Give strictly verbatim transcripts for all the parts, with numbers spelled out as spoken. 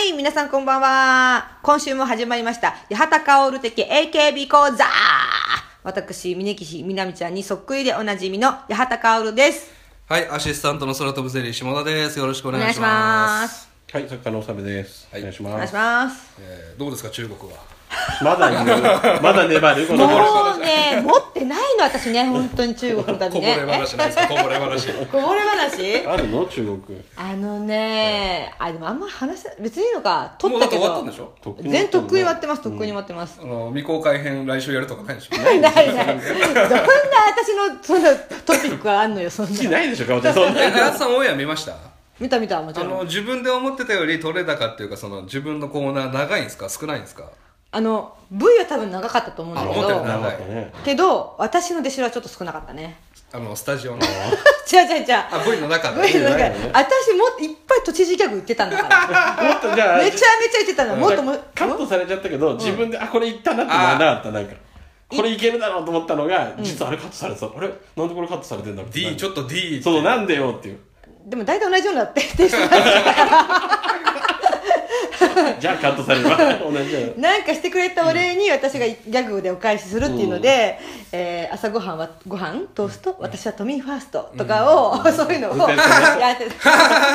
い、皆さんこんばんは。今週も始まりました八幡薫的 エーケービー 講座。私峯岸みなみちゃんにそっくりでおなじみの八幡薫です。 はい、アシスタントの空飛ぶゼリー下田です。よろしくお願いしお願いしまますす。 はい、作家のおさべです、 はい、 お願いします。 お願いします。 えーどうですか中国は。 まだいるまだ粘るこのもうね、持ってないの私ね、本当に中国の旅こぼね。 れ話ないですか。こぼれ話。 こぼれ話あるの中国。 あのね、あ、でもあんま話せ、別にいいのか、撮もうだってったけど。 終わったんでしょ。 とっくに全とっくに終わってます、とっくに終わってます。 あの未公開編来週やるとかないでしょ。 ないない。どんな私のそんなトピックがあんのよ、そんな。 好きないでしょ、かおちゃん。そんなえ、あやつさんオンエア見ました。 見た見た、もちろん。 あの自分で思ってたより取れ高っていうか、その自分のコーナー長いんですか少ないんですか。 あの V は多分長かったと思うんだけあ思ってるなど、 長いね、 けど私の弟子はちょっと少なかったね。 あのスタジオの違う違う違う。 あ V の中で V の中でないよね私もいっぱい都知事ギャグ言ってたんだからもっとじゃあめちゃめちゃ言ってたの。もっともカットされちゃったけど、自分であこれいったなってのはなかった。なんかこれいけるだろうと思ったのが、実はあれカットされてた。あれなんでこれカットされてんだろう。 D ちょっと D ってそうなんでよっていう。 でも大体同じようになってテストだじゃあカットされれば同じじゃん。 なんかしてくれたお礼に私がギャグでお返しするっていうので、えー朝ごはんはご飯トースト、私は都民ファーストとかを、そういうのをずっとやってたねやってた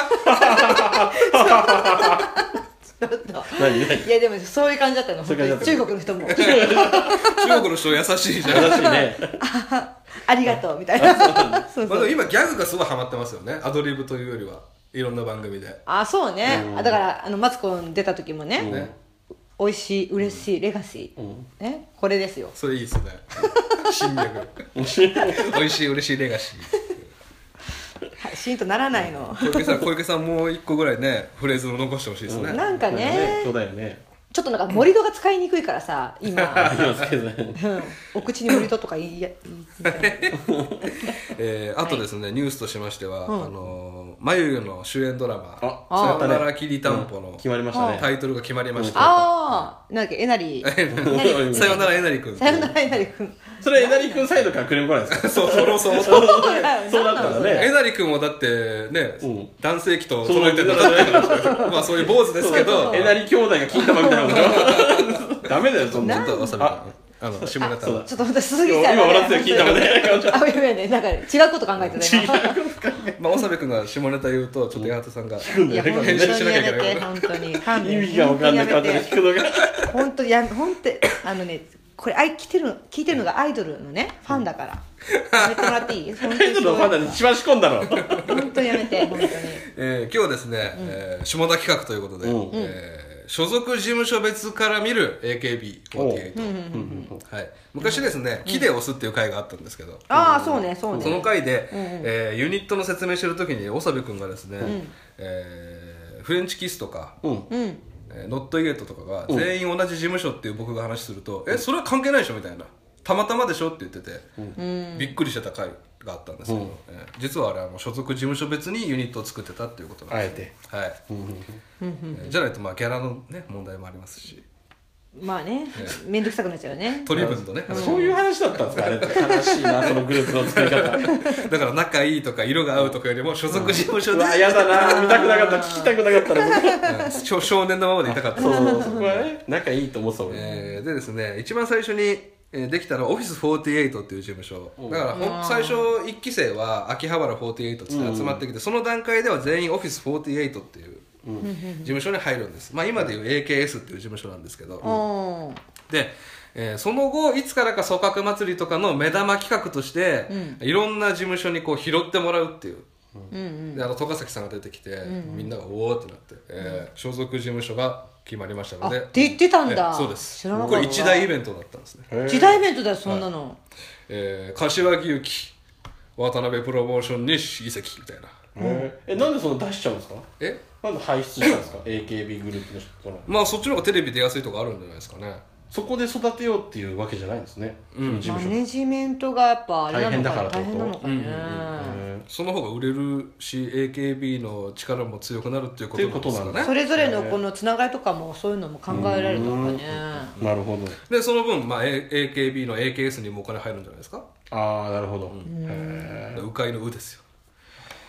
ちょっと何何いやでもそういう感じだったの。 そういう感じだった中国の人も中国の人優しいじゃん。 正しいね。 ありがとうみたいなそうまあ、 そうでも今ギャグがすごいハマってますよね。アドリブというよりはいろんな番組で、 あそうね、 うんあだからあのマツコに出た時もね、 うんね、 美味しい嬉しいレガシー、 うんね、これですよ。 それいいですね。新ギャグ美味しい嬉しいレガシー。 はい、シーンとならないの、 小池さん、小池さんもう一個ぐらいねフレーズを残してほしいですね。 なんかねそうだよね。 ちょっとなんか盛り土が使いにくいからさ今、 気をつけてね。 うん、お口に盛り土とか言いや言いづらいえー、あとですね、ニュースとしましては、 うんあのー、眉毛の主演ドラマあ 「さよならきりたんぽ」の決まりましたね。 タイトルが決まりました。 ああなんだっけえなりさよならえなりくん。 さよならえなりくんそれえなりくんサイドからクレーム来ないですか。 そう、それをそう思った。 そうだよそうだったらねえなりくんもだってね、 うん男性器と揃えてるまあそういう坊主ですけど、 えなり兄弟が金玉みたいなことでしょ。ダメだよそんな。 ちょっとわさび君あの下ネタそうだちょっと待って鈴木さん今笑ってたよ金玉ね。 あやべえねなんか違うこと考えてた今まあわさび君が下ネタ言うとちょっと八幡さんがいや本当に編集しなきゃやいけないめて本当に勘弁意味が分かんない感じで聞くのが。 本当や本当あのねこれあい聞いてるの聞いてるのがアイドルのねファンだからやめてもらっていい？本当アイドルのファンなんで一番仕込んだの。 本当にやめて本当に。 えー今日ですね、えー下田企画ということで、 うんえー所属事務所別から見る エーケービーフォーティーエイト、はい、昔ですね「木で押す」っていう回があったんですけど、 ああそうねそうね。 その回で、 うんうんえーユニットの説明してる時に長部君がですね、えーフレンチキスとか、 うん。 うんえーノットイエットとかが全員同じ事務所っていう僕が話すると、えそれは関係ないでしょみたいな、たまたまでしょって言ってて、びっくりしてた回があったんですけど、 うんえー実はあれあの所属事務所別にユニットを作ってたっていうことなんですよ。はい、えーじゃないとまあギャラのね問題もありますし、 まあね面倒くさくなっちゃうよね。 取り分とね、 そういう話だったんですかあれって。悲しいなそのグループの作り方。 だから仲いいとか色が合うとかよりも所属事務所で、 うわ嫌だな見たくなかった聞きたくなかったら。 うん少少年のままでいたかった。 そうそうそこはね仲いいと思ってた俺。 えーでですね、一番最初にえーできたのはオフィスフォーティーエイトっていう事務所だからほん最初いっき生は秋葉原フォーティーエイトって集まってきて、その段階では全員オフィスフォーティーエイトっていう事務所に入るんです、まあ、今でいう エーケーエス っていう事務所なんですけど、 うんで、えーその後いつからか組閣祭りとかの目玉企画として、いろんな事務所にこう拾ってもらうっていう、 うんうんであの戸ヶ崎さんが出てきて、みんながおおってなって、えー所属事務所が決まりましたので、 あって言ってたんだえーそうです知らなかったこれ一大イベントだったんですね、 時代イベントだよそんなの。 えー柏木由紀渡辺プロモーションに移籍みたいな。 へーえなんでその出しちゃうんですか。 えなんで排出したんですか エーケービー グループの人から。 まあそっちの方がテレビ出やすいとかあるんじゃないですかね。 そこで育てようっていうわけじゃないんですね。その事マ務所。 ネジメントがやっぱあれなのかな大大変だからってこと変なのかね。 へその方が売れるし エーケービー の力も強くなるっていうことなんですかっていうことなんね。 それぞれのこのつながりとかもそういうのも考えられるのかね。 ーなるほど。 でその分、まあ、A- エーケービー の エーケーエス にもお金入るんじゃないですか。 ああなるほど。へで迂回の「う」ですよ。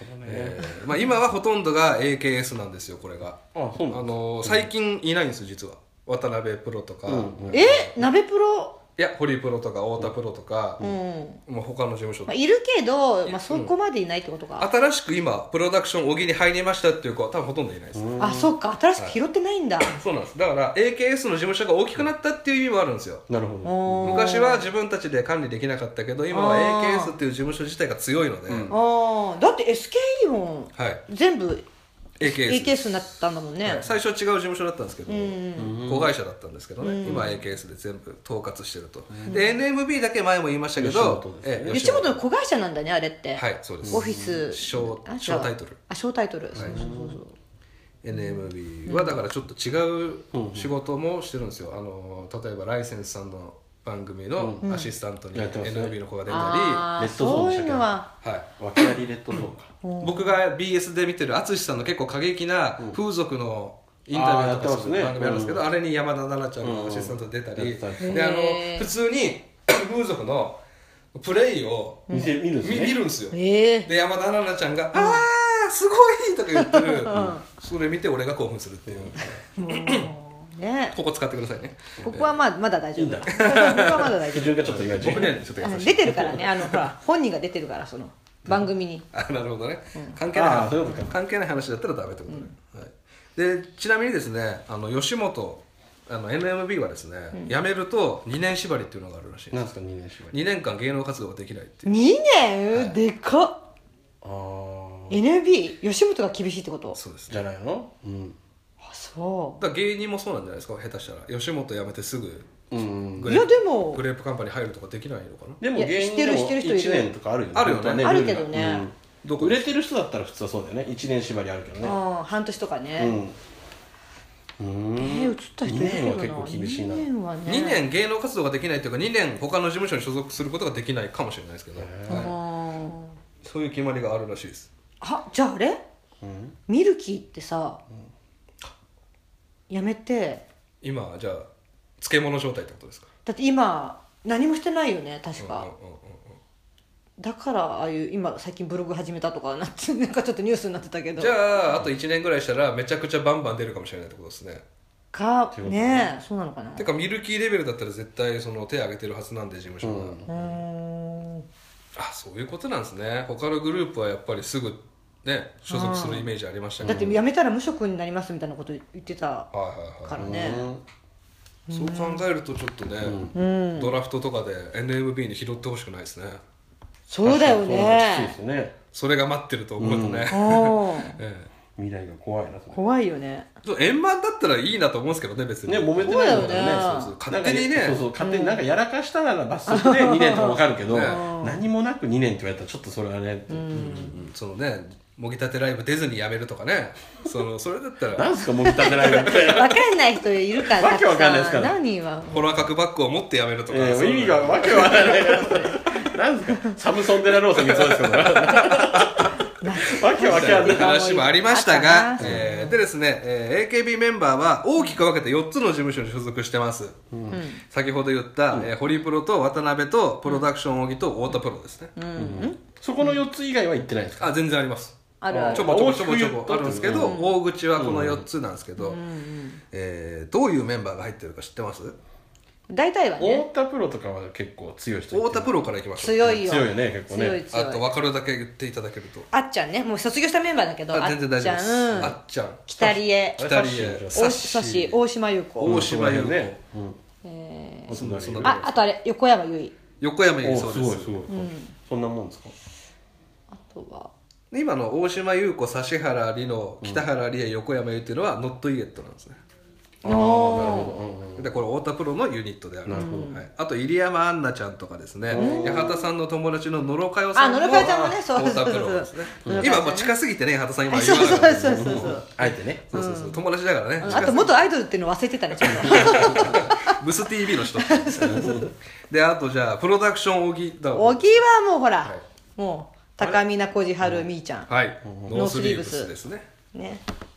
どね、 えーまあ、今はほとんどが エーケーエス なんですよこれが。 あそうなんあのー最近いないんですよ実は。渡辺プロとか、 うんうん、 え鍋プロ、 いや堀プロとか太田プロとか、 うんまあ、他の事務所、 まあ、いるけど、まあ、そこまでいないってことか、 新しく今プロダクション小木に入りましたっていう子は多分ほとんどいないです、 あそっか新しく拾ってないんだ、 そうなんです。だから エーケーエス の事務所が大きくなったっていう意味もあるんですよ。 なるほど。 おー昔は自分たちで管理できなかったけど今は エーケーエス っていう事務所自体が強いので、 うんああだって エスケーイー もはい全部エーケーエスエーケーエス になったんだもんね、 はい最初は違う事務所だったんですけど、 うん子会社だったんですけどね、今は エーケーエス で全部統括してると、で エヌエムビー だけ前も言いましたけど、 吉本ですねええ吉本の子会社なんだねあれって、 はいそうです。 オフィス小あ小タイトルあ小タイトル、そうそうそうエヌエムビー はだからちょっと違う仕事もしてるんですよ。あの例えばライセンスさんの番組のアシスタントに エヌエムビー の子が出たり、 ああレッドゾーンそうでしたっけいうのははい訳ありレッドゾーンか。 僕が ビーエス で見てる淳さんの結構過激な風俗のインタビューとかする番組あるんですけど、あれに山田奈々ちゃんがアシスタントで出たり、 うんであのへー普通に風俗のプレイを見せ見るんです見ね。 見るんですよ。 ええで山田奈々ちゃんが「あーすごい!」とか言ってる、それ見て俺が興奮するっていう、 もうねここ使ってくださいね。 ここはまあまだ大丈夫いいんだここはまだ大丈基準がちょっと意外と僕にはちょっと優しい。 夫出てるからねあのほら本人が出てるからその番組に、 あなるほどね、関係ないあーそういうことか関係ない話だったらダメってことね、はい、でちなみにですねあの吉本あの エヌエムビー はですね、辞めるとにねん縛りっていうのがあるらしいんです。 なんですかにねん縛り。 にねんかん芸能活動ができないっていう。 にねん、でかっ。 ああエヌエムビー 吉本が厳しいってこと？ そうですね。 じゃないの？うんあそだから芸人もそうなんじゃないですか。下手したら吉本辞めてすぐうん。 ういやでもグレープカンパニー入るとかできないのかな。 でもいや芸人でも知ってる知ってる人いるいちねんとかあるよね。 あるよね本当はあるけどルールがねうんどこ売れてる人だったら普通はそうだよね。いちねん縛りあるけどね。 うん半年とかね、 うん。うーん。 えー、移った人いるけどな。 にねんは結構厳しいな。 にねんはねにねん芸能活動ができないというかにねん他の事務所に所属することができないかもしれないですけど、 へあはい、 ーそういう決まりがあるらしいです。 あじゃああれうん。 ミルキーってさ、やめて今はじゃあ漬物状態ってことですか。 だって今何もしてないよね確か、 うんうんうんうんだからああいう今最近ブログ始めたとかなってなんかちょっとニュースになってたけどじゃああといちねんぐらいしたらめちゃくちゃバンバン出るかもしれないってことですね。 かてことねえそうなのかなてかミルキーレベルだったら絶対その手挙げてるはずなんで事務所が、 うんうーんあそういうことなんですね。他のグループはやっぱりすぐね所属するイメージありましたけど、 だって辞めたら無職になりますみたいなこと言ってたはいはいはからねい、そう考えるとちょっとね、 うんドラフトとかで エヌエムビー に拾ってほしくないですね。 そうだよきついでねすよね。 それが待ってると思うとね、 おーえ未来が怖いな。それ怖いよねえ円満だったらいいなと思うんですけどね別にね、揉めてないんだからね。 そうだよねそうそう勝手にねそうそう、勝手になんかやらかしたなら罰則でにねんとかわかるけど、 ね何もなくにねんって言われたらちょっとそれはね、 うんそのねもぎたてライブ出ずにやめるとかねそのそれだったらなんすかもぎたてライブって。 分かんない人いるからわけわかんないですから何はホラー角バッグを持ってやめるとか、 えそういうー、意味がわけわかんない。なんすかサムソンデラローサ見そうですけど。わけわかんない。 話もありましたがあっ、たなえーでですね、えー エーケービー メンバーは大きく分けてよっつの事務所に所属してます、先ほど言った、えーホリプロと渡辺とプロダクション小木と太田プロですね、 そこのよっつ以外は行ってないんですか？ あ全然あります。 あるあるちょこちょこちょこちょこあるんですけど、大口はこのよっつなんですけど、えーどういうメンバーが入ってるか知ってます？ 大体はね太田プロとかは結構強い人いて太田プロからいきましょう。 強いよ強いよね結構ね強い強いあと分かるだけ言っていただけると。 あっちゃんねもう卒業したメンバーだけどあ全然大丈夫です。 あっちゃんあっちゃん、 北里江北里江、 大し大島優子大島優子ね。うん。 えそんなそんなーああとあれ横山由依横山由依おそうですすごいすごい。そんなもんですか？ あとはで今の大島優子、指原莉乃、北原理恵、横山由依っていうのはノットイエットなんですね。 ああなるほど。 でこれ太田プロのユニットである、 なるほどはい、あと入山杏奈ちゃんとかですね、八幡さんの友達の野呂佳代さんもあ野呂佳代ちゃんもねそうそうそう太田プロですね野呂佳代ちゃんね今もう近すぎてね八幡さん今そうそう言わなかったそうそうそうあえてね。 そうそうそう友達だからね、 あと元アイドルっていうの忘れてたねちょっブス ティービー の人であとじゃあプロダクション小木だと小木はもうほら、 はいもう高見な小路春みーちゃんはいノースリーブスですねね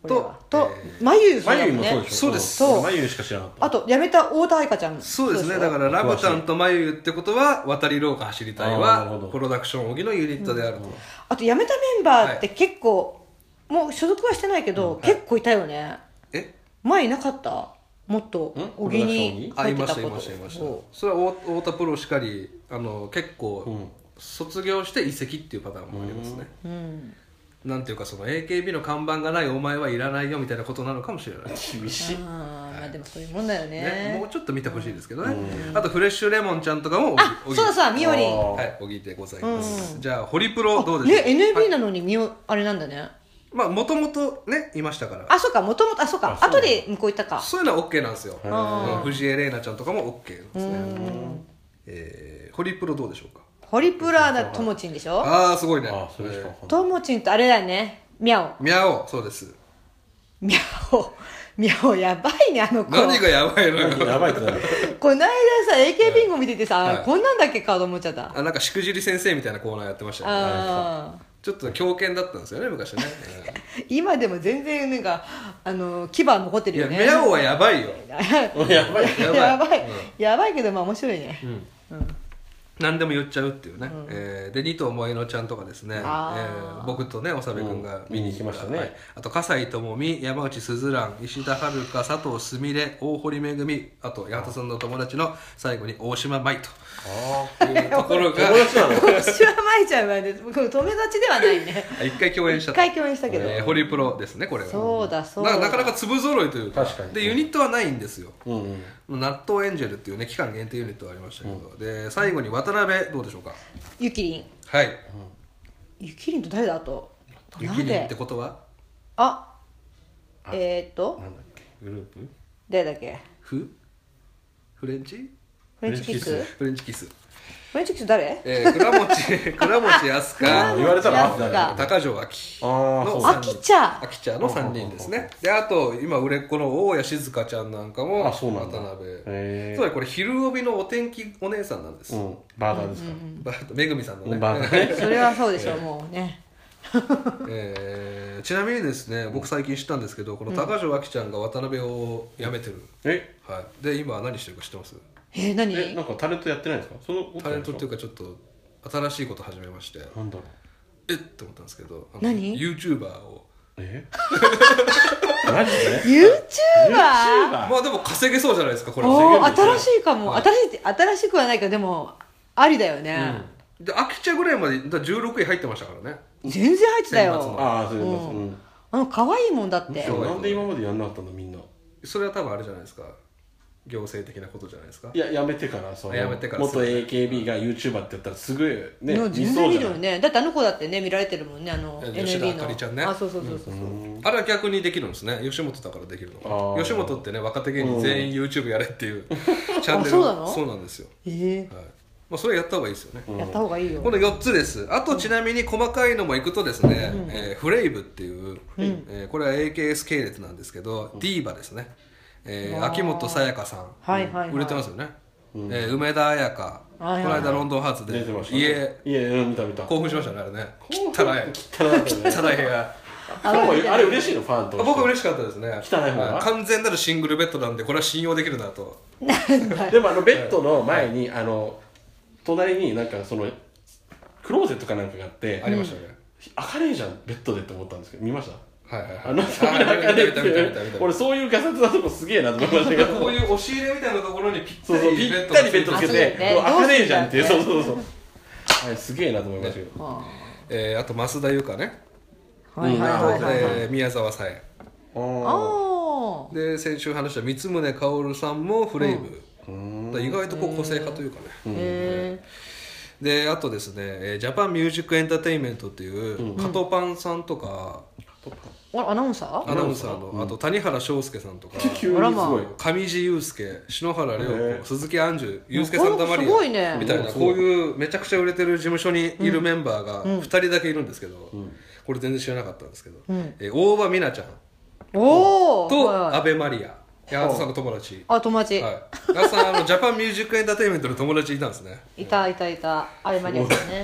これはととえーまゆゆそうまゆだもんねゆもそうでしょ。 そうですそうまゆゆしか知らなかった。 あと辞めた太田愛花ちゃんそうですね。 しょだからラブタンとまゆゆってことは渡り廊下走りたいあーなるほどはプロダクション小木のユニットであると。 あと辞めたメンバーって結構、もう所属はしてないけど、結構いたよね。 え前いなかったもっと小木にあいましたい入ってたことましたいましたそ。 それは太太田プロしかりあの結構、 うん卒業して移籍っていうパターンもありますね。 ううんなんていうかその エーケービー の看板がないお前はいらないよみたいなことなのかもしれない。 厳しい。 あーまあでもそういうもんだよねね、もうちょっと見てほしいですけどね、あとフレッシュレモンちゃんとかもあ小木そうだそうだみおりんあはい小木でございます、じゃあホリプロどうでしょうね エヌエービーはいなのにみおあれなんだねまあもともとねいましたからあそうかもともとあそうかあそう後で向こう行ったかそういうのは OK なんですよ、 あうん藤江玲奈ちゃんとかも OK ですね、えーホリプロどうでしょうか。 ホリプラーだともちんでしょああすごいね。 あ、それしかわかんない。 ともちんとあれだよねみゃミャオそうです。 おみゃおみゃおやばいねあの子何がやばいのよ。 やばいってなる。 この間さ エーケービンゴ見ててさ、 はいこんなんだっけかと思っちゃったあなんかしくじり先生みたいなコーナーやってましたよね。 あーちょっと狂犬だったんですよね昔ね。 今でも全然なんかあの牙残っていやるよねミャオはやばいよ。 やばい。 やばいやばい、 うんやばいけどまあ面白いね、 何でも言っちゃうっていうね、えーで二頭萌えのちゃんとかですね、えあーー僕とね長部君が見に行うん見に行きましたねはいあと笠井智美、山内すずらん、石田遥佐藤すみれ、大堀めぐみ、あと八幡さんの友達の最後に大島舞というところが友達なの。 私は舞ちゃんはね僕友達ではないね一回共演し一た回共演したけど、 えーホリプロですねこれは。 そうだそうだななかなか粒揃いというか確かにでユニットはないんですよ。 うんうん。 納豆エンジェルっていうね期間限定ユニットがありましたけど、で最後に渡辺どうでしょうか。 ゆきりんはいゆきりんと誰だあとゆきりんってでことはあえー、っとなんだっけ、グループ。 誰だっけフフレンチフレンチキッスフレンチフレンチキスフレンチキッス誰えー、倉持倉持飛鳥あ言われたらあやった高城明ああ、そうのあきちゃん秋茶のさんにんですね。であと今売れっ子の大谷静香ちゃんなんかもあそうなんだ渡辺へーつまりこれ昼帯のお天気お姉さんなんです、 うん、バーダーですか。 バーめぐみさんのね、 バーダーね。 それはそうでしょうもうねえーちなみにですね僕最近知ったんですけどこの高城明ちゃんが渡辺を辞めてる、 え、 はい、で今何してるか知ってます？ えー、何え、なんかタレントやってないんですか。そのタレントっていうか。 かちょっと新しいこと始めましてなんだろう。 えっって思ったんですけどあの何 YouTuber をえ。マジで。 YouTuber? まあでも稼げそうじゃないですかこれおー稼げる新しいかも、 はい新しいって新しくはないけどでもありだよね、 で秋茶ぐらいまでだからじゅうろくい入ってましたからね全然入ってた選抜よのああ、そういうことです。うん。 あの可愛いもんだってそうなんで今までやんなかったんだみんな。 それは多分あれじゃないですか行政的なことじゃないですかいや、やめてからそのやめてから元 エーケービー が YouTuber って言ったらすぐねいや見全然見るよそうじゃない。 ねだってあの子だってね見られてるもんねあのえエヌエービー吉田あかりちゃんねのあそうそうそうそう、 あれは逆にできるんですね吉本だからできるあのー吉本ってね若手芸人全員 YouTube やれっていうチャンネルあそうなのそうなんですよ、 えはいまあ、それやった方がいいですよね、 えやった方がいいよ、 このよっつです。あとちなみに細かいのもいくとですね、えーフレイブっていう、えーこれは エーケーエス 系列なんですけど、ディーバですね、えー秋元さやかさん、 はいはいはい売れてますよね、えー梅田彩香、 はいはいこの間ロンドンハーツで出てましたね。 家家、うん、見た見た。 興奮しましたねあれね汚い汚い汚い部屋あれあれ嬉しいのファンとして。 僕は嬉しかったですね汚い方がはい完全なるシングルベッドなんでこれは信用できるなとでもあのベッドの前に、あの隣になんかそのクローゼットかなんかがあって、 ありましたね、 明るいじゃんベッドでって思ったんですけど見ましたはいはいはいあの扉明るいっ見た見た見た見た見たて俺そういうガサツなとこすげえなと思いましたけどこういう押し入れみたいなところにぴったそうそうりぴったりベッドつけて、 あそうだよねこう明るいじゃんっていうどそううそうそうあれすげえなと思いましたけど、 あえーあと増田優香ね、 はいはいはいはい、 えー宮沢さえあああで先週話した三宗薫さんもフレイブ、だから意外とこう個性派というかね、 へであとですね、えージャパンミュージックエンターテインメントっていう、加藤パンさんとかえあアナウンサーアナウンサーの、あと谷原章介さんとか急にすあらまごい上地雄介篠原涼へ子ー鈴木杏樹祐介サンタマリすごいねアみたいなこういうめちゃくちゃ売れてる事務所にいるメンバーがふたりだけいるんですけど、これ全然知らなかったんですけど、えー大場美奈ちゃんおおとはい阿部マリア八幡さんの友達あ友達、 はい八幡さんあのジャパンミュージックエンターテインメントの友達いたんですねいたいたいたあれマリアさんね、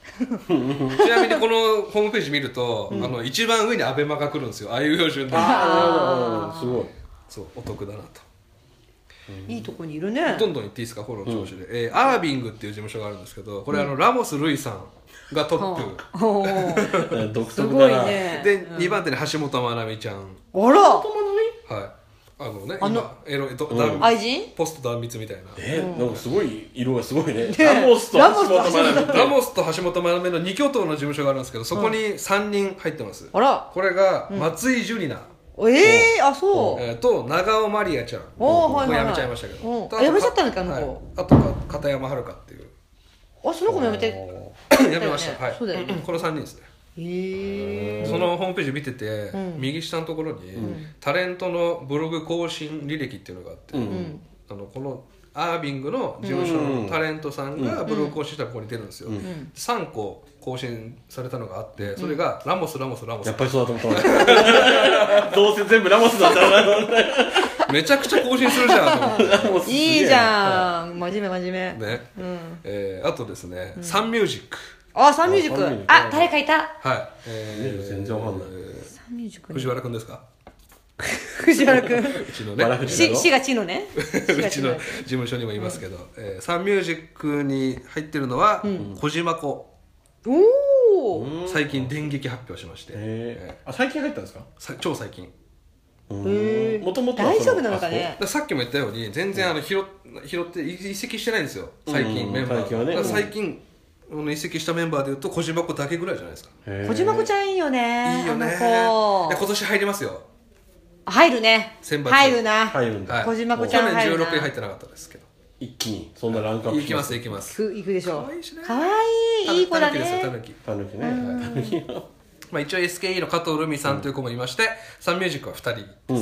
ちなみにこのホームページ見ると、うん、あの一番上にアベマが来るんですよ。ああいう標準で。 ああすごい。 そうお得だなと。 いいとこにいるね。 どんどん言っていいですか、フォロー調子で、うんえー、アービングっていう事務所があるんですけど、これ、うん、あのラモス・ルイさんがトップ独特だなね、 で、うん、にばん手に橋本まなみちゃん。 あらはいあのね、 あの今エロいと、 うん、愛人ポスト断蜜みたいなえー、なんかすごい色がすごいねラモスと橋本まなみラモスと橋本まなみのに巨頭の事務所があるんですけど、そこにさんにん入ってます、 うん、あらこれが松井樹里奈、 うん、えー、あそう、 えー、と長尾まりあちゃん、 お、はいはいはい、 もう辞めちゃいましたけど、 あ辞めちゃったのかあの子、 はい、あとか片山遥っていう、 あその子も辞めて辞めました、はい、 そうだよね、 このさんにんですね。 へそのホームページ見てて、うん、右下のところに、うん、タレントのブログ更新履歴っていうのがあって、うん、あのこのアービングの事務所のタレントさんがブログ更新したらここに出るんですよ、うん、さんこ更新されたのがあって、それがラモスラモスラモス、 やっぱりそうだと思ったどうせ全部ラモスだったらめちゃくちゃ更新するじゃんと思っていいじゃん、真面目真面目ね、うんえー、あとですね、うん、サンミュージック、 あ、サンミュージック、あ、誰かいた、 はい、えー、 全然わかんない、 サンミュージック、 藤原くんですか藤原くんうちのね、 し、しがちのねうちの事務所にもいますけど、うんえー、サンミュージックに入ってるのは、うん、小島子、 おお、 最近電撃発表しまして、 えー、あ、最近入ったんですか？ 超最近。 もともと大丈夫なのかね。 さっきも言ったように全然あの拾拾って移籍してないんですよ、最近、うん、メンバー最近はね、 最近移籍したメンバーでいうと小島子だけぐらいじゃないですか。 小島子ちゃんいいよね、 いいよね、 今年入りますよ、 入るね、 選抜入るな、 入るんだ、 はい、小島子ちゃん入るな。 去年じゅうろくい入ってなかったですけど、 一気にそんなランクアップいきますいきます、 いくでしょう、 かわいいしね、 かわいい、いい子だね、 たぬきたぬきね、 まあ、一応 エスケーイー の加藤留美さんという子もいまして、うん、サンミュージックはふたりです、うん、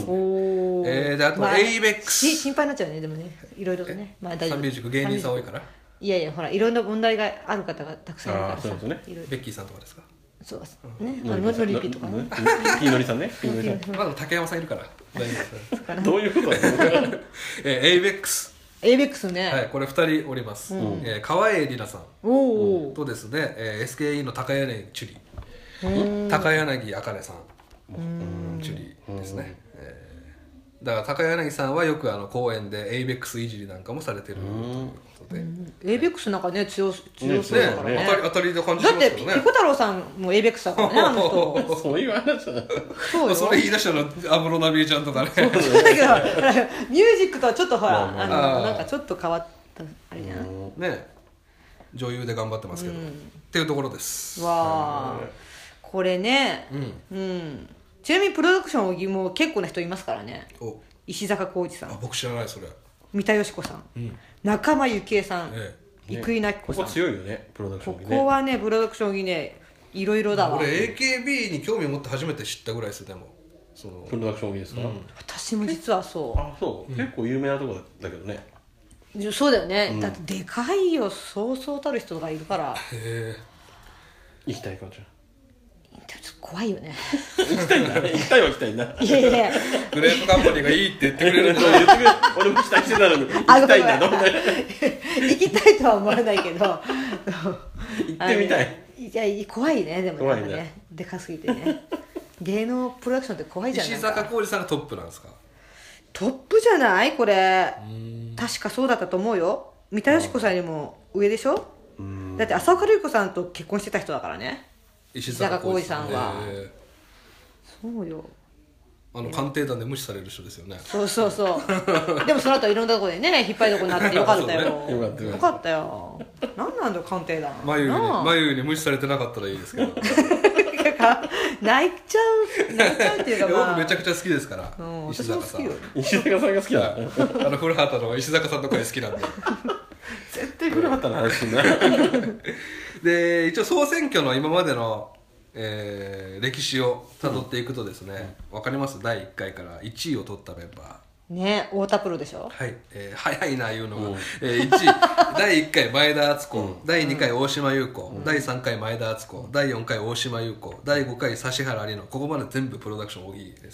えー、であと、まあ、エイベックス心配になっちゃうね、でもね、いろいろとね、まあ、大丈夫、 サンミュージック芸人さん多いから、 いやいや、ほらいろんな問題がある方がたくさんいるからさ、 そうですね、 ベッキーさんとかですか、 そうですね、ノリピーとかね、 ピーノリさんね、ピーノリさん、 まだ竹山さんいるから大丈夫ですどういうことですかえー、エイベックスエイベックスね、 はい、これふたりおります、うんえー、川栄里奈さんおとですね、えー、エスケーイー の高柳チュリ高柳あかねさんチュリですね、えー、だから高柳さんはよくあの公演でエイベックスいじりなんかもされてるということで、 エイベックスなんかね強強そうだからね、 当たり当たりで感じしますけどね、 だってピコ太郎さんもエイベックスだからね、あの人そういう話だそうよ、 それ言い出したの安室奈美恵ちゃんとかね、 そうだけどミュージックとはちょっとほら、あのなんかちょっと変わったあれじゃんね、女優で頑張ってますけど、っていうところです。 わあ、これね、うんうん、ちなみにプロダクションも結構な人いますからね。石坂浩二さん、 あ、僕知らないそれ。 三田佳子さん、うん、仲間由紀恵さん、ええ、生稲晃子さん、 ここ強いよね、プロダクションね、ここはねプロダクションにねいろいろだわ。 俺 エーケービー に興味を持って初めて知ったぐらいです。でもそのプロダクションですか、うん、 私も実はそう。 あ、そう、うん、結構有名なとこだけどね。 そうだよね、うん、だってでかいよ、そうそうたる人がいるから。へえ、 行きたいかちゃん、 ちょっと怖いよね。 行きたいな、行きたいは行きたいな。いやいやグレープカンパニーがいいって言ってくれるんだ言ってくれる。俺も期待してたのに行きたいんだ。 行きたいとは思わないけど行ってみたい。 いや怖いね、でもね、ねでかすぎてね。芸能プロダクションって怖いじゃない石坂浩二さんがトップなんですか。 トップじゃないこれ。確かそうだったと思うよ。三田佳子さんよりも上でしょ。だって浅岡瑠子さんと結婚してた人だからね、石坂浩二さんは。そうよ、 あの鑑定団で無視される人ですよね。 そうそうそうでもその後いろんなところでね引っ張りだこになってよかったよ、ね、よかったよかったよ。何なんだよ鑑定団。 眉に眉に無視されてなかったらいいですけど泣いちゃう泣いちゃうっていうか、まあ、 僕めちゃくちゃ好きですから、うん、石坂さん。 石坂さんが好きだ。 あの古畑の石坂さんとか好きなんで絶対古畑の話すんなで一応総選挙の今までの、えー、歴史をたどっていくとですね、うん、分かります。だいいっかいからいちいを取ったメンバーね、太田プロでしょ。 はい、えー、早いな言うのが、うん、えー、いちいだいいっかい前田敦子、うん、だいにかい大島優子、うん、だいさんかい前田敦子、だいよんかい大島優子、だいごかい指原莉乃。ここまで全部プロダクション多いですね。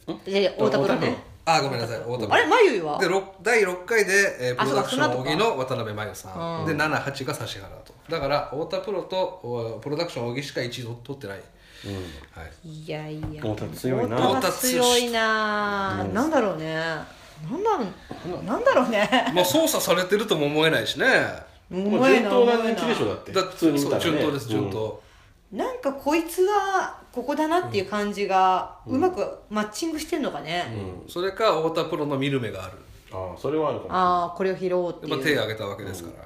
いやいや太田プロね。 あ、ごめんなさい、太田プロ。 あれまゆはでだいろっかいで、えー、プロダクションあそうか小木の渡辺真由さん、 うんでななはちが指原と。だから太田プロとおプロダクション小木しかいちい取ってない、 うんはい、 いやいや太田強いな。 太田強いな、うん、なんだろうね、なんだろうなんだろうねまあ操作されてるとも思えないしね。 もう順当な人気でしょ。だってだ普通に見たら、ね、 順当です順当、 うん、なんかこいつはここだなっていう感じがうまくマッチングしてんのかね、 うん、それか太田プロの見る目がある。 ああ、それはあるかも。 ああ、これを拾おうっていう、 まあ、手を挙げたわけですから、うん、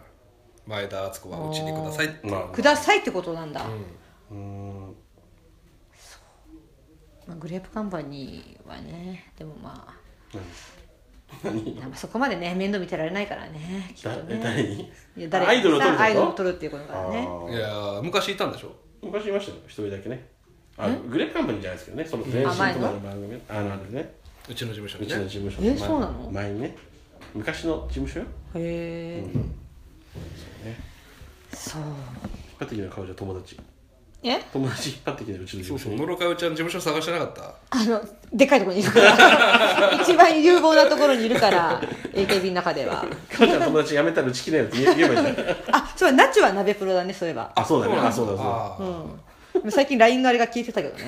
前田敦子はうちにくださいって、まあ、 くださいってことなんだ、 うん、うん、 そう、まあ、グレープカンパニーはね、でもまあ、うん、なんかそこまでね面倒見てられないからね、きっとね。 誰に？ いや誰かアイドルを取るアイドルを取るっていうことからね。 いや昔いたんでしょ。 昔いましたよ、一人だけね。あ、グレープカンパニーじゃないですけどね、その前身となる番組、あのあるね、 うちの事務所にうね。 ちの事務所え、そうなの？ 前にね、昔の事務所よ。 へえ、うん、そうね。そう。引っ張ってきた顔じゃ友達。 え？ 友達引っ張ってきたうちの事務所。 そうそう、野呂佳代ちゃんの事務所探してなかった？ あのでっかいところにいるから一番有望なところにいるから エーケービー の中では。 かおちゃん友達辞めたらうち来なよって言えばいいんだよ。 あ、そう、ナチは鍋プロだね、そういえば。 あ、そうだね。あ、そうだそうだ。 うん。最近 ライン のあれが聞いてたけどね。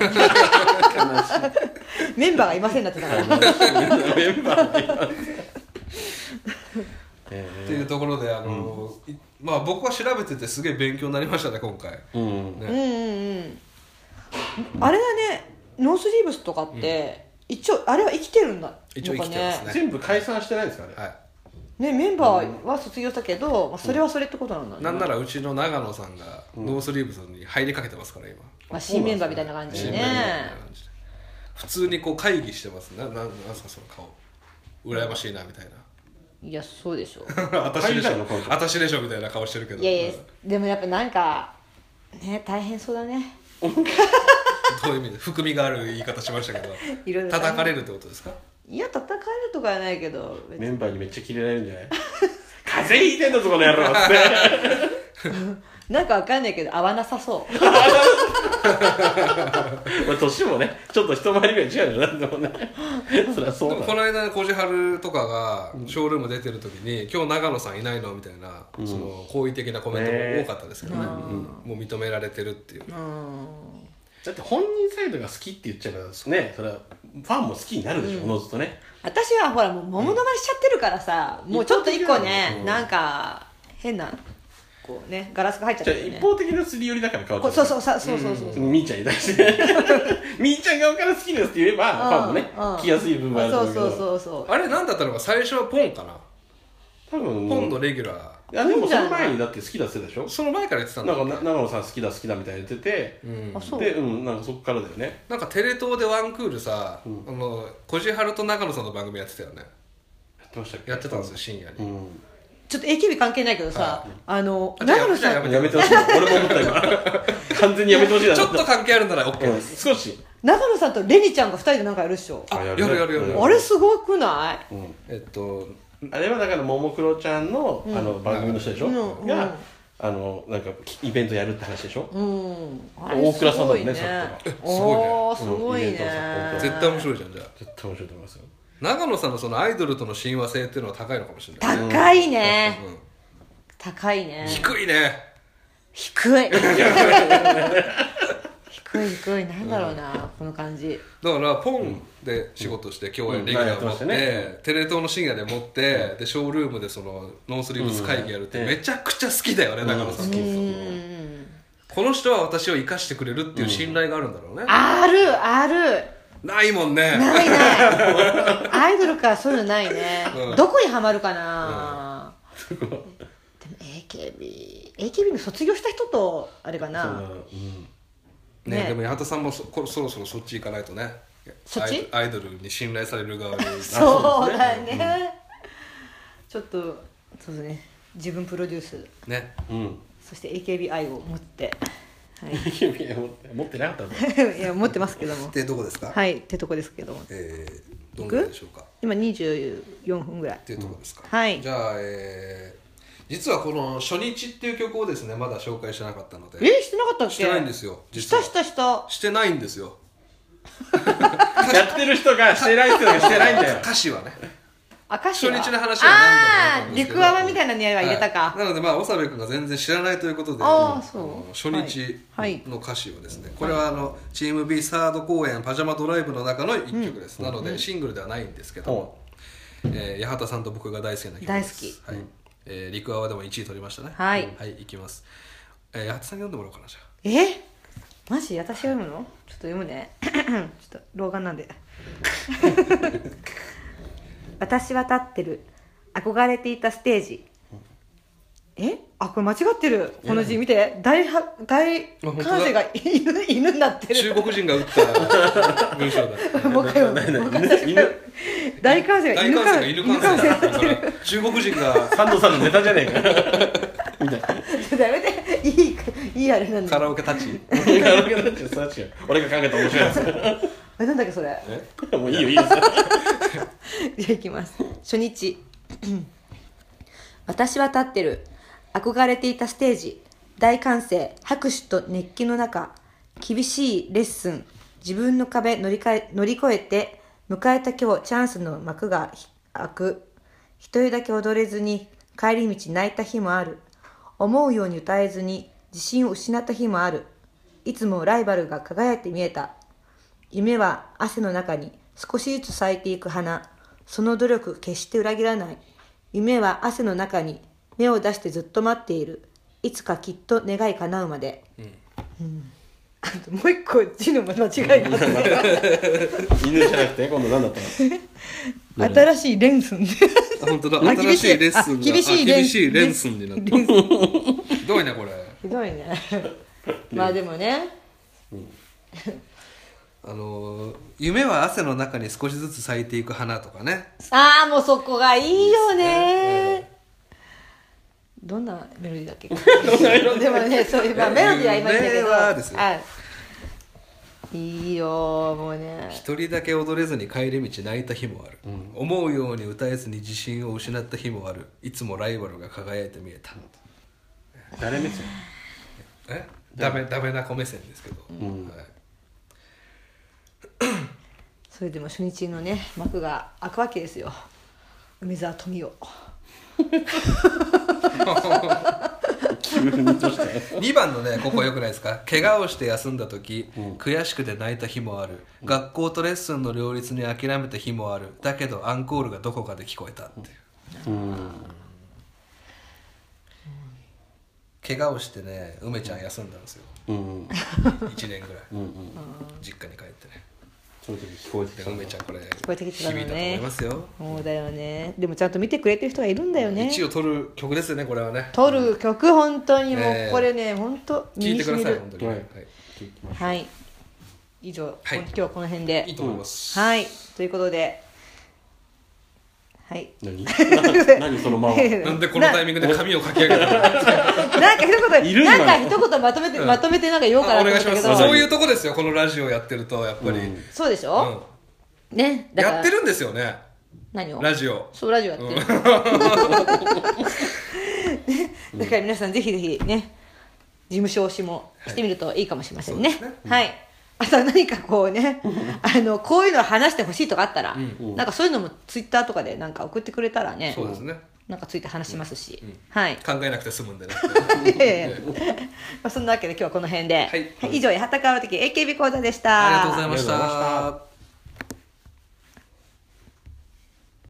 メンバーがいませんなってたからね。メンバーがいません。 っていうところで、あの、うん、まあ僕は調べててすげえ勉強になりましたね今回。 うんね、 うんうんうん。あれだね、ノースリーブスとかって、うん、一応あれは生きてるんだ。 一応生きてますね。 全部解散してないですかね。 はい。 ね、メンバーは卒業したけど、うん、まあ、それはそれってことなんだね。 なんならうちの長野さんがノースリーブスに入りかけてますから今。 まあ、新メンバーみたいな感じでね。 普通にこう会議してますね。な、なんすかその顔。羨ましいなみたいな。 いや、そうでしょ。 私でしょ。私でしょみたいな顔してるけど。 いやいや、でもやっぱなんかね、大変そうだね。 どういう意味で含みがある言い方しましたけど。いろいろ叩かれるってことですか？ いや、叩かれるとかはないけど、 メンバーにめっちゃキレられるんじゃない？風邪ひいてんだぞこの野郎って。 なんかわかんないけど合わなさそう。 まあ年もねちょっと一回りぐらい違うじゃん。なんでもね。そりゃそうだ。 この間こじはるとかがショールーム出てる時に、うん、今日長野さんいないのみたいな、うん、その好意的なコメントも多かったですけどね、うん、もう認められてるっていう、うん、 だって本人サイドが好きって言っちゃうからね、それはファンも好きになるでしょ、おのずとね。 私はほらもうモノマネしちゃってるからさ、うん、もうちょっと一個ね、うん、なんか変なこうねガラスが入っちゃってる、ね、 じゃあ一方的なすり寄りだから変わっちゃう。 そうそうそうそうそうそう、 みーちゃんに対してみーちゃん側から好きですって言えばファンもね聞きやすい部分があると思うけど、 そうそうそうそう。あれ何だったのか最初はポンかな。多分ポンのレギュラー。 いやでもその前にだって好きだって言ってたでしょ。 その前から言ってたんだ。 なんか長野さん好きだ好きだみたいに言ってて、うん、あそうで、うん、なんかそこからだよね。 なんかテレ東でワンクールさ、うん、あのこじはると長野さんの番組やってたよね。 やってましたっけ？ やってたんですよ深夜に、うん、 ちょっと エーケービー 関係ないけどさ、はい、あの長野さんやめてほしい。俺も思った今完全にやめてほしいな。 ちょっと関係あるなら OK です、 うん、少し。 長野さんとレニちゃんがふたりでなんかやるっしょ。 あ、やるやるやるやる。 あれすごくない？ うん、えっとあれはだからももクロちゃんの、うん、あの番組の人でしょ、うん、が、うん、あのなんかイベントやるって話でしょ、うん、大倉さんだもんね。 すごいね。すごいね。 絶対面白いじゃん。じゃあ絶対面白いと思いますよ。 長野さんのそのアイドルとの親和性っていうのは高いのかもしれない。 高いね、うん、高いね。 低いね。 低い低い低い。なんだろうな、うん、この感じだからポンで仕事して、うん、共演レギュラー持って、うんね、テレ東の深夜で持って、うん、でショールームでそのノースリーブス会議やるってめちゃくちゃ好きだよね、うん、長野さん、うん、この人は私を生かしてくれるっていう信頼があるんだろうね、 うん、あるある。 ないもんね。 ないないアイドルからそういうのないね、うん、どこにハマるかな、うん、でも エーケービー エーケービー の卒業した人とあれかな、うんね、でも八幡さんも そ, そろそろそっち行かないとね。 そっちアイドルに信頼される側にそうだね、うん、ちょっとそうですね、自分プロデュースね、 うん、 そして エーケービー 愛を持って、 はい、エーケービー 持ってなかったのいや持ってますけどもってどこですか？ はいってとこですけども、 えー、どんぐらいでしょうか？ 今にじゅうよんふんぐらいっていうとこですか、 うん、はい。 じゃあ、えー実はこの初日っていう曲をですねまだ紹介してなかったので。 えー、してなかったっけ？ してないんですよ実は。 したしたしたしてないんですよやってる人がしてない人がしてないんだよ。 歌詞はね、 歌詞は初日の話は何度もああ、リクアワみたいな匂いは入れたか、 はい、なのでまあ長部君が全然知らないということで、 あそう、 あの初日の歌詞をですね、はい、これはあのチーム B サード公演パジャマドライブの中のいっきょくです、うん、なのでシングルではないんですけど、うん、えー、八幡さんと僕が大好きな曲です。 大好き、 はい、えー、リクアワでもいちい取りましたね。 はい、 はい、いきます。えー、八幡さんに読んでもらおうかな。じゃあえマジ私読むの？ちょっと読むねちょっと老眼なんで私は立ってる憧れていたステージ。えあ、これ間違ってる。この字見て、大は大関西が犬犬になってる。 中国人が打った文章だ。 もう一回読む。大関西が犬か犬関西だから中国人がサンドさんのネタじゃねえかみたいな。 やめて、いいいいあれなんだ。 カラオケタッチ。 カラオケタッチ、それは違う。俺が考えた面白いやつ。 え、なんだっけそれ。 えもういいよいいよ。 じゃあいきます。初日。私は立ってる憧れていたステージ。大歓声、拍手と熱気の中、厳しいレッスン、自分の壁乗りかえ乗り越えて迎えた今日、チャンスの幕が開く。一人だけ踊れずに帰り道泣いた日もある。思うように歌えずに自信を失った日もある。いつもライバルが輝いて見えた。夢は汗の中に少しずつ咲いていく花。その努力決して裏切らない。夢は汗の中に目を出してずっと待っている。いつかきっと願い叶うまで。うんうん、あともう一個字の間違いがあって犬じゃなくて今度何だったの新しいレンスン本当だ、新しいレッスンが厳しい厳しいレンスンになってる。ひどいねこれ。 ひどいねまあでもね、 うんあのー、夢は汗の中に少しずつ咲いていく花とかね。 ああもうそこがいいよね。どんなメロディーだっけでもね、そういう、まあ、メロディーは今言ったけど、あいいよもうね。 一人だけ踊れずに帰り道泣いた日もある、うん、思うように歌えずに自信を失った日もある。いつもライバルが輝いて見えた。 誰目線？ えダメダメな子目線ですけど、うんはいそれでも初日のね幕が開くわけですよ。梅沢富美男にばんのねここよくないですか。怪我をして休んだ時、うん、悔しくて泣いた日もある、うん、学校とレッスンの両立に諦めた日もある。だけどアンコールがどこかで聞こえたっていう、うんうん、怪我をしてね梅ちゃん休んだんですよ、うん、いちねんぐらい、うんうん、実家に帰ってね。 その時聞こえてきた。 梅ちゃんこれ聞こえてきたのね。 響いたと思いますよ。 そうだよね。でもちゃんと見てくれてる人がいるんだよね。 いちいを取る曲ですよねこれはね。 取る曲本当にもうこれね、えー、本当聞いてください本当に。はい、 はい、以上、はい、今日はこの辺でいいと思います。 はいということで。はい何何そのままなんでこのタイミングで髪をかき上げたのなんか一言なんか一言まとめて、うん、まとめてなんか言おうかなと思ったけど、 そういうとこですよこのラジオやってるとやっぱり、うん、 そうでしょ、うん、ねだからやってるんですよね。 何をラジオそうラジオやってる、うん、だから皆さんぜひぜひね事務所推しもしてみるといいかもしれませんね、はい、ねはい。あと何かこうねあのこういうのを話してほしいとかあったら、うん、なんかそういうのもツイッターとかでなんか送ってくれたらね、 そうですね、 なんかついて話しますし、 うんうんはい、 考えなくて済むんでねいやいやまあそんなわけで今日はこの辺で、はいはい、以上八幡川的 エーケービー 講座でした。 ありがとうございました。